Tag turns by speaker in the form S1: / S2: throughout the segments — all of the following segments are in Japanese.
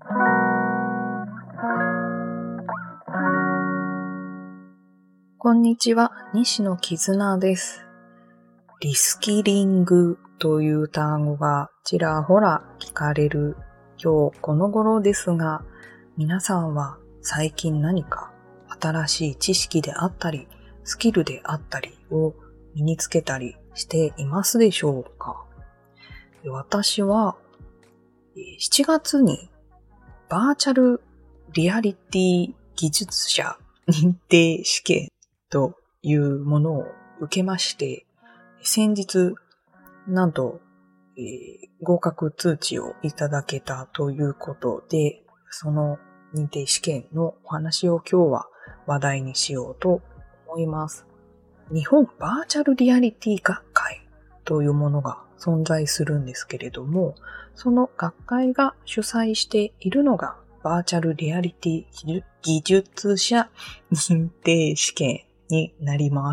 S1: こんにちは、西野絆です。リスキリングという単語がちらほら聞かれる今日この頃ですが、皆さんは最近何か新しい知識であったり、スキルであったりを身につけたりしていますでしょうか？私は7月にバーチャルリアリティ技術者認定試験というものを受けまして、先日、なんと、合格通知をいただけたということで、その認定試験のお話を今日は話題にしようと思います。日本バーチャルリアリティ学会というものが存在するんですけれども、その学会が主催しているのがバーチャルリアリティ技術者認定試験になります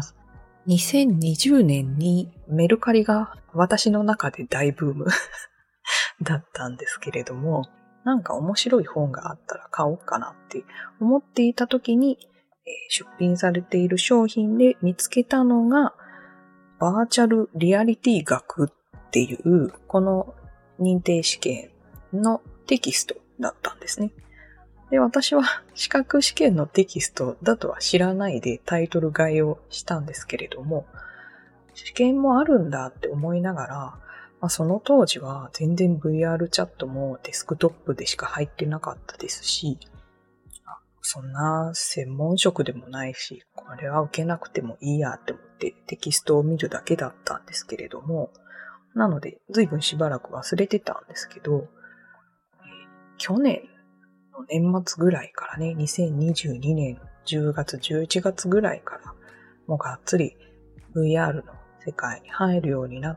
S1: 。2020年にメルカリが私の中で大ブームだったんですけれども、なんか面白い本があったら買おうかなって思っていた時に、出品されている商品で見つけたのがバーチャルリアリティ学っていうこの認定試験のテキストだったんですね。で、私は資格試験のテキストだとは知らないでタイトル買いをしたんですけれども、試験もあるんだって思いながら、その当時は全然 VR チャットもデスクトップでしか入ってなかったですし、そんな専門職でもないし、これは受けなくてもいいやって思ってテキストを見るだけだったんですけれども、なので随分しばらく忘れてたんですけど、去年の年末ぐらいからね、2022年10月、11月ぐらいから、もうがっつり VR の世界に入るようになって、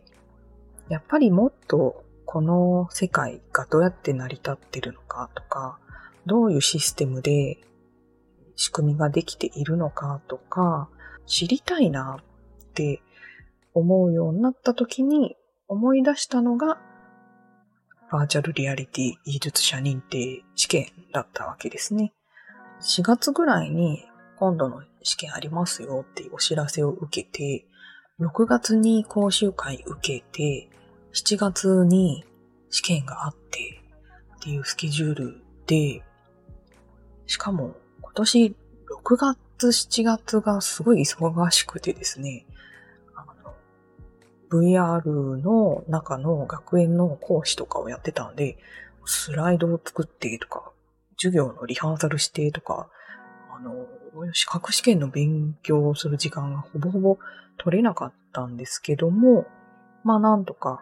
S1: やっぱりもっとこの世界がどうやって成り立ってるのかとか、どういうシステムで仕組みができているのかとか、知りたいなって思うようになった時に思い出したのが、バーチャルリアリティ技術者認定試験だったわけですね。4月ぐらいに今度の試験ありますよっていうお知らせを受けて、6月に講習会受けて、7月に試験があってっていうスケジュールで、しかも今年6月、7月がすごい忙しくてですね、VR の中の学園の講師とかをやってたんで、スライドを作ってとか、授業のリハーサルしてとか、資格試験の勉強をする時間がほぼほぼ取れなかったんですけども、なんとか、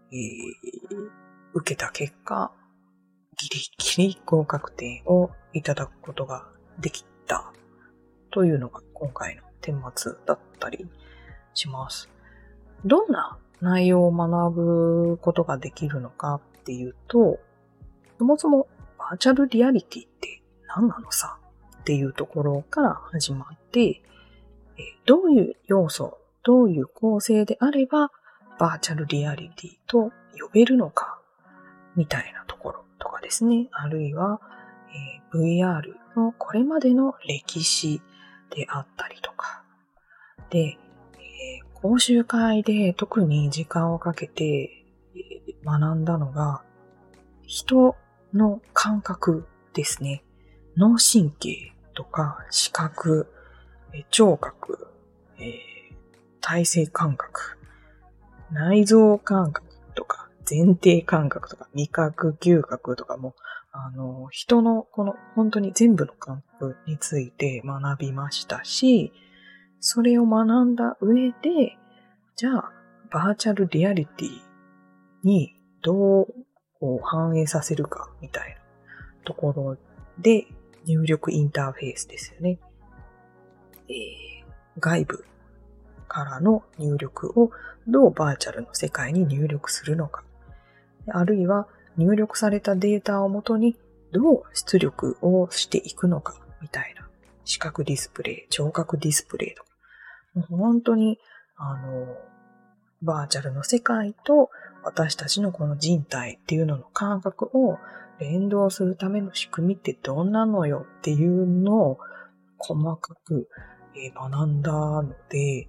S1: 受けた結果、ギリギリ合格点をいただくことができたというのが今回の顛末だったりします。どんな内容を学ぶことができるのかっていうと、そもそもバーチャルリアリティって何なのさっていうところから始まって、どういう要素、どういう構成であればバーチャルリアリティと呼べるのかみたいなところとかですね。あるいは、VR のこれまでの歴史であったりとか。で、講習会で特に時間をかけて学んだのが、人の感覚ですね。脳神経とか視覚、聴覚、体性感覚、内臓感覚とか前庭感覚とか味覚、嗅覚とかも、人のこの本当に全部の感覚について学びましたし、それを学んだ上で、じゃあ、バーチャルリアリティにどう反映させるかみたいなところで入力インターフェースですよね。外部からの入力をどうバーチャルの世界に入力するのか。あるいは入力されたデータをもとにどう出力をしていくのかみたいな。視覚ディスプレイ、聴覚ディスプレイとか。本当に、バーチャルの世界と私たちのこの人体っていうのの感覚を連動するための仕組みってどんなのよっていうのを細かく学んだので、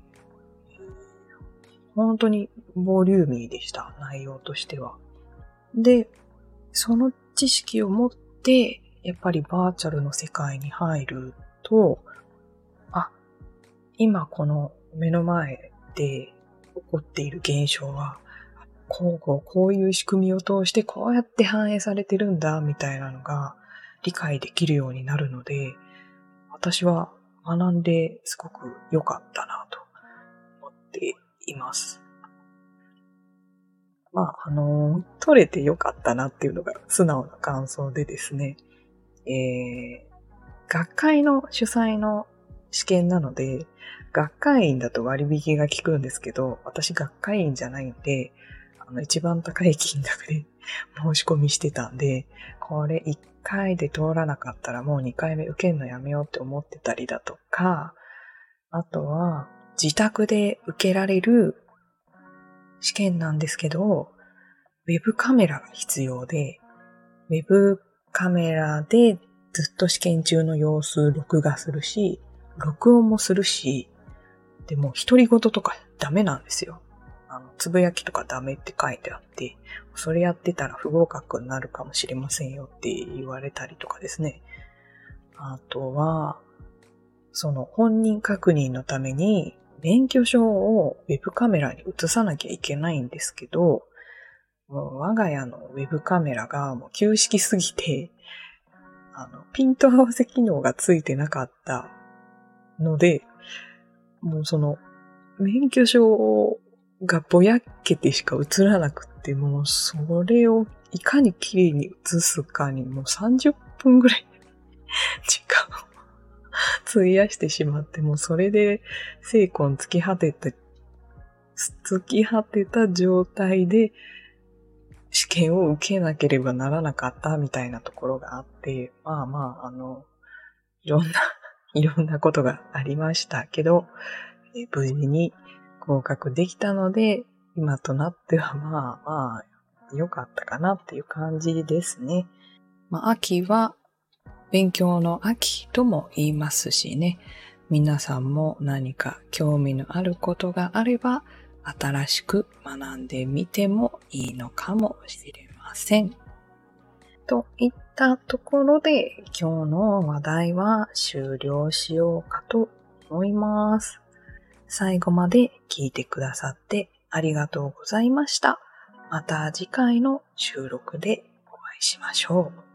S1: 本当にボリューミーでした、内容としては。で、その知識を持って、やっぱりバーチャルの世界に入ると、今この目の前で起こっている現象は、こういう仕組みを通してこうやって反映されてるんだ、みたいなのが理解できるようになるので、私は学んですごく良かったなと思っています。取れて良かったなっていうのが素直な感想でですね、学会の主催の試験なので、学会員だと割引が効くんですけど、私学会員じゃないんで、一番高い金額で申し込みしてたんで、これ1回で通らなかったらもう2回目受けるのやめようって思ってたりだとか、あとは自宅で受けられる試験なんですけど、ウェブカメラが必要で、ウェブカメラでずっと試験中の様子録画するし、録音もするし、でも独り言とかダメなんですよ。つぶやきとかダメって書いてあって、それやってたら不合格になるかもしれませんよって言われたりとかですね。あとは、その本人確認のために免許証をウェブカメラに移さなきゃいけないんですけど、もう我が家のウェブカメラがもう旧式すぎて、ピント合わせ機能がついてなかったので、もうその免許証がぼやけてしか映らなくって、もうそれをいかに綺麗に映すかにもう30分ぐらい時間を費やしてしまって、もうそれで精魂尽き果てた状態で試験を受けなければならなかったみたいなところがあって、いろんなことがありましたけど、無事に合格できたので、今となっては良かったかなっていう感じですね。秋は勉強の秋とも言いますしね、皆さんも何か興味のあることがあれば、新しく学んでみてもいいのかもしれません。といったところで、今日の話題は終了しようかと思います。最後まで聞いてくださってありがとうございました。また次回の収録でお会いしましょう。